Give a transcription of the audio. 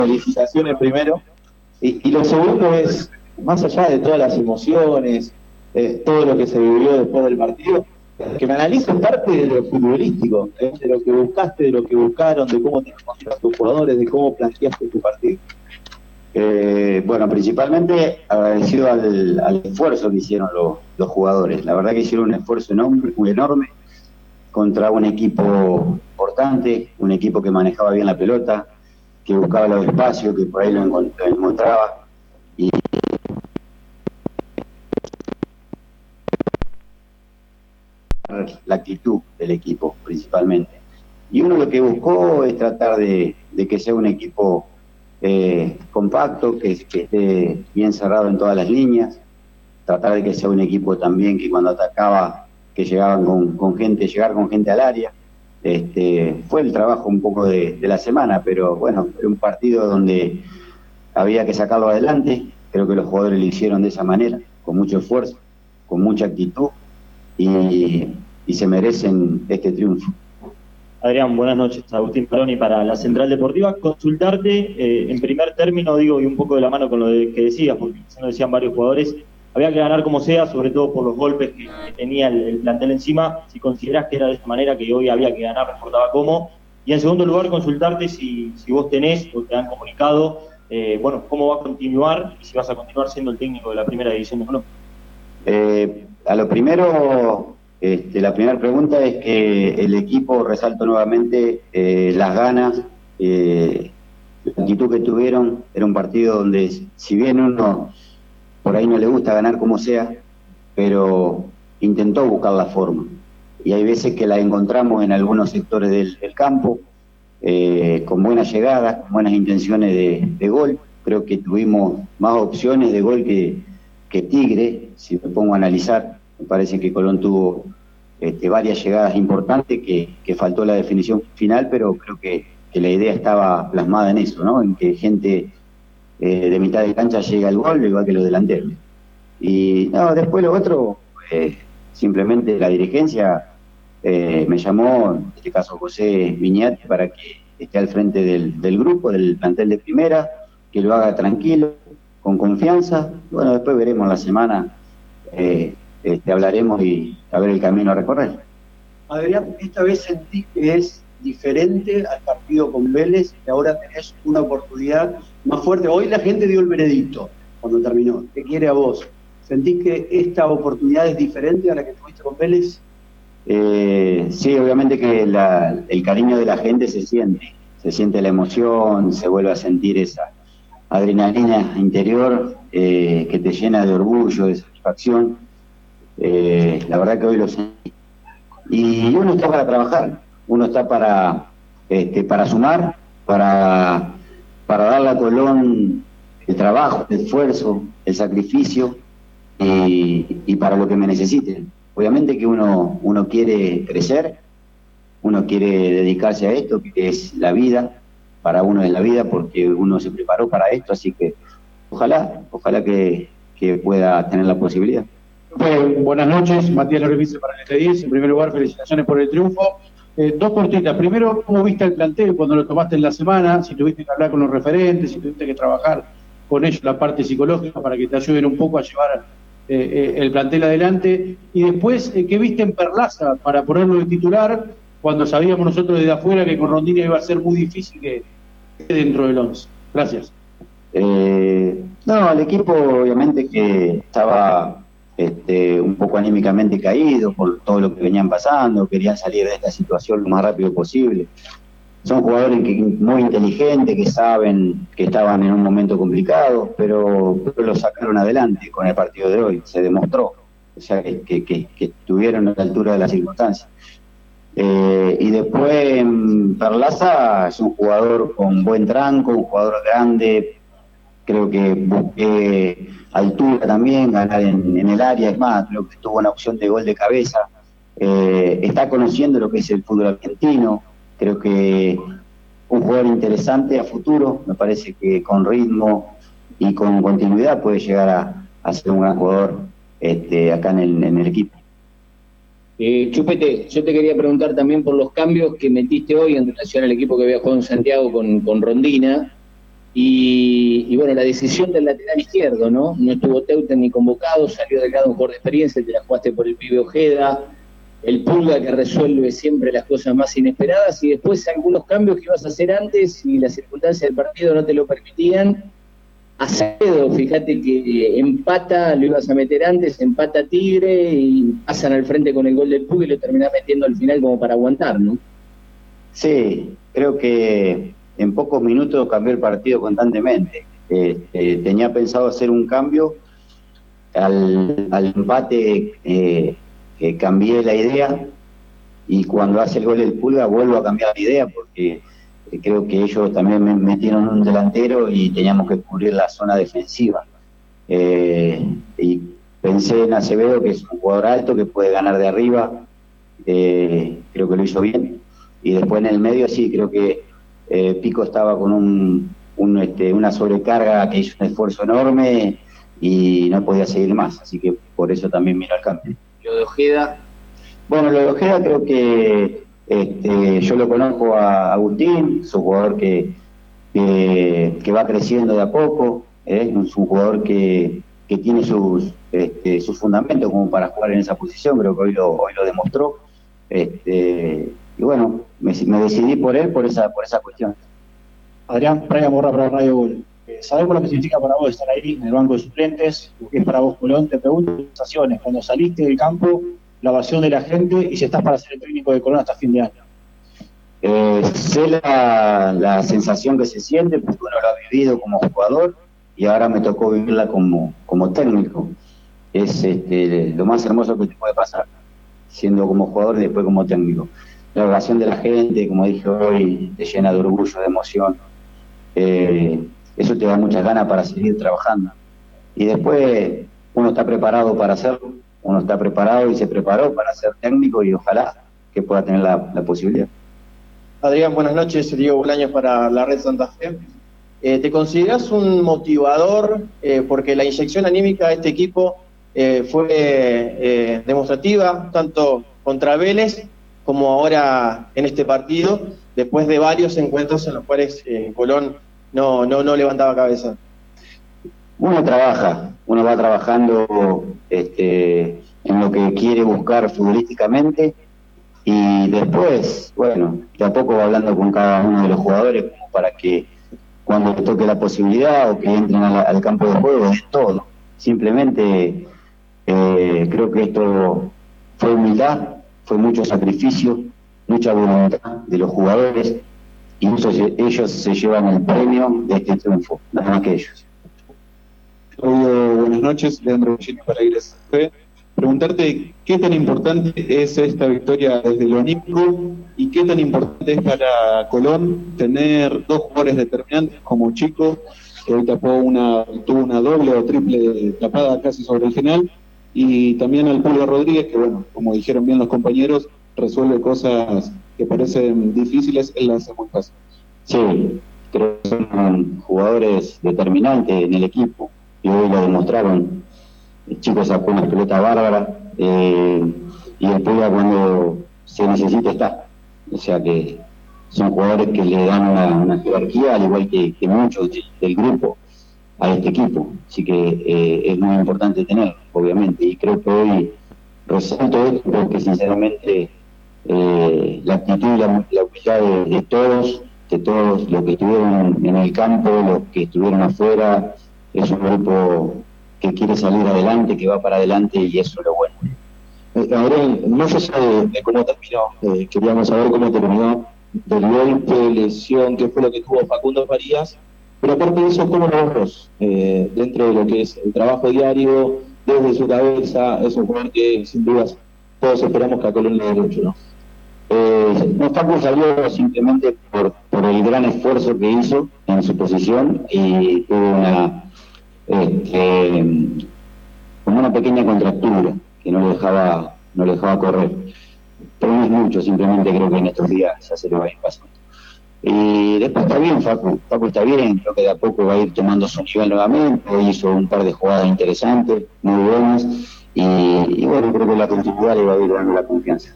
felicitaciones primero. Y lo segundo es, más allá de todas las emociones, todo lo que se vivió después del partido, que me analicen parte de lo futbolístico, de lo que buscaste, de lo que buscaron, de cómo te encontraste tus jugadores, de cómo planteaste tu partido. Bueno, principalmente agradecido al esfuerzo que hicieron los jugadores. La verdad que hicieron un esfuerzo enorme contra un equipo importante, un equipo que manejaba bien la pelota, que buscaba los espacios, que por ahí lo encontraba. Y la actitud del equipo, principalmente. Y uno lo que buscó es tratar de que sea un equipo compacto, que esté bien cerrado en todas las líneas, tratar de que sea un equipo también que cuando atacaba, que llegaban llegar con gente al área. Fue el trabajo un poco de la semana, pero bueno, era un partido donde había que sacarlo adelante. Creo que los jugadores lo hicieron de esa manera, con mucho esfuerzo, con mucha actitud, y se merecen este triunfo. Adrián, buenas noches. Agustín Paroni para la Central Deportiva. Consultarte, en primer término, digo, y un poco de la mano con lo que decías, porque ya lo decían varios jugadores, había que ganar como sea, sobre todo por los golpes que tenía el plantel encima. Si considerás que era de esta manera, que hoy había que ganar, no importaba cómo. Y en segundo lugar, consultarte si vos tenés o te han comunicado, cómo va a continuar y si vas a continuar siendo el técnico de la primera división o no. A lo primero, la primera pregunta es que el equipo, resalto nuevamente, las ganas, la actitud que tuvieron. Era un partido donde, si bien uno por ahí no le gusta ganar como sea, pero intentó buscar la forma. Y hay veces que la encontramos en algunos sectores del campo, con buenas llegadas, con buenas intenciones de gol. Creo que tuvimos más opciones de gol que Tigre, si me pongo a analizar. Me parece que Colón tuvo varias llegadas importantes, que faltó la definición final, pero creo que la idea estaba plasmada en eso, ¿no? En que gente de mitad de cancha llega al gol, igual que los delanteros. Y no, después lo otro, simplemente la dirigencia me llamó, en este caso José Viñati, para que esté al frente del grupo, del plantel de primera, que lo haga tranquilo, con confianza. Bueno, después veremos la semana, hablaremos y a ver el camino a recorrer. Adrián, esta vez sentí que es diferente al partido con Vélez, que ahora tenés una oportunidad más fuerte. Hoy la gente dio el veredicto cuando terminó. ¿Qué quiere a vos? ¿Sentís que esta oportunidad es diferente a la que tuviste con Vélez? Sí, obviamente que el cariño de la gente se siente la emoción, se vuelve a sentir esa adrenalina interior que te llena de orgullo, de satisfacción. La verdad que hoy lo sentí. Y uno está para trabajar, uno está para sumar, para darle a Colón el trabajo, el esfuerzo, el sacrificio y para lo que me necesiten. Obviamente que uno quiere crecer, uno quiere dedicarse a esto, que es la vida, para uno es la vida porque uno se preparó para esto, así que ojalá que pueda tener la posibilidad. Buenas noches, Matías Lorefice para el T10. En primer lugar, felicitaciones por el triunfo. Dos cortitas. Primero, ¿cómo viste el plantel cuando lo tomaste en la semana? Si tuviste que hablar con los referentes, si tuviste que trabajar con ellos la parte psicológica para que te ayuden un poco a llevar el plantel adelante. Y después, ¿qué viste en Perlaza para ponerlo de titular cuando sabíamos nosotros desde afuera que con Rondina iba a ser muy difícil que esté dentro del 11? Gracias. No, el equipo obviamente que estaba un poco anímicamente caído por todo lo que venían pasando, querían salir de esta situación lo más rápido posible. Son jugadores muy inteligentes, que saben que estaban en un momento complicado, pero lo sacaron adelante con el partido de hoy, se demostró, o sea, que estuvieron a la altura de las circunstancias. Y después Perlaza es un jugador con buen tranco, un jugador grande. Creo que busqué altura también, ganar en el área. Es más, creo que tuvo una opción de gol de cabeza. Está conociendo lo que es el fútbol argentino. Creo que un jugador interesante a futuro. Me parece que con ritmo y con continuidad puede llegar a ser un gran jugador acá en el equipo. Chupete, yo te quería preguntar también por los cambios que metiste hoy en relación al equipo que había jugado en Santiago con Rondina. Y bueno, la decisión del lateral izquierdo, ¿no? No estuvo Teuten ni convocado, salió del lado un jugador de experiencia, te la jugaste por el pibe Ojeda, el Pulga que resuelve siempre las cosas más inesperadas, y después algunos cambios que ibas a hacer antes y las circunstancias del partido no te lo permitían. Acevedo, fíjate que empata, lo ibas a meter antes, empata Tigre y pasan al frente con el gol del Pulga y lo terminás metiendo al final como para aguantar, ¿no? Sí, creo que en pocos minutos cambió el partido constantemente. Tenía pensado hacer un cambio, al empate cambié la idea, y cuando hace el gol del Pulga vuelvo a cambiar la idea porque creo que ellos también me metieron un delantero y teníamos que cubrir la zona defensiva. Y pensé en Acevedo, que es un jugador alto, que puede ganar de arriba, creo que lo hizo bien. Y después en el medio sí, creo que Pico estaba con una sobrecarga que hizo un esfuerzo enorme y no podía seguir más, así que por eso también miro al cambio. Lo de Ojeda. Bueno, lo de Ojeda creo que yo lo conozco a Agustín, es un jugador que va creciendo de a poco, es un jugador que tiene sus fundamentos como para jugar en esa posición, creo que hoy lo demostró. Y bueno, me decidí por él, por esa cuestión. Adrián, Brian Borra para Radio Gol. Sabemos lo que significa para vos estar ahí en el banco de suplentes, lo que es para vos Colón. Te pregunto tus sensaciones cuando saliste del campo, la ovación de la gente y si estás para ser el técnico de Colón hasta fin de año. Sé la sensación que se siente, porque uno lo ha vivido como jugador y ahora me tocó vivirla como técnico. Es lo más hermoso que te puede pasar, siendo como jugador y después como técnico. La relación de la gente, como dije hoy, te llena de orgullo, de emoción. Eso te da muchas ganas para seguir trabajando. Y después uno está preparado para hacerlo, uno está preparado y se preparó para ser técnico y ojalá que pueda tener la posibilidad. Adrián, buenas noches, Diego Bolaños para la Red Santa Fe. ¿Te considerás un motivador? Porque la inyección anímica de este equipo fue demostrativa, tanto contra Vélez como ahora en este partido, después de varios encuentros en los cuales Colón no levantaba cabeza. Uno va trabajando en lo que quiere buscar futbolísticamente y después, bueno, de a poco va hablando con cada uno de los jugadores como para que cuando le toque la posibilidad o que entren al campo de juego, de todo. Simplemente creo que esto fue humildad, fue mucho sacrificio, mucha voluntad de los jugadores y ellos se llevan el premio de este triunfo, nada más que ellos. Buenas noches, Leandro Bellini para Iglesia Fe. Preguntarte qué tan importante es esta victoria desde lo anímico y qué tan importante es para Colón tener dos jugadores determinantes como Chico, que hoy tuvo una doble o triple tapada casi sobre el final, y también al Pulga Rodríguez, que bueno, como dijeron bien los compañeros, resuelve cosas que parecen difíciles, él las hace muy fácil. Sí, creo que son jugadores determinantes en el equipo y hoy lo demostraron. El Chico sacó una pelota bárbara y el Pulga cuando se necesita está. O sea que son jugadores que le dan una jerarquía, al igual que muchos del grupo, a este equipo. Así que es muy importante tenerlo, obviamente. Y creo que hoy resalto esto porque sinceramente la actitud y la humildad de todos los que estuvieron en el campo, los que estuvieron afuera, es un grupo que quiere salir adelante, que va para adelante y eso es lo bueno. Adrián, más allá de cómo terminó, queríamos saber cómo terminó, del golpe, lesión, qué fue lo que tuvo Facundo Farías, pero aparte de eso, ¿cómo lo ves vos? Dentro de lo que es el trabajo diario, desde su cabeza, es un jugador que sin dudas todos esperamos que a Colón le dé mucho, ¿no? Facu salió simplemente por el gran esfuerzo que hizo en su posición y tuvo como una pequeña contractura que no le dejaba correr, pero no es mucho, simplemente creo que en estos días ya se le va a ir pasando. Y después está bien Facu está bien, creo que de a poco va a ir tomando su nivel nuevamente, hizo un par de jugadas interesantes, muy buenas, y bueno, creo que la continuidad le va a ir dando la confianza.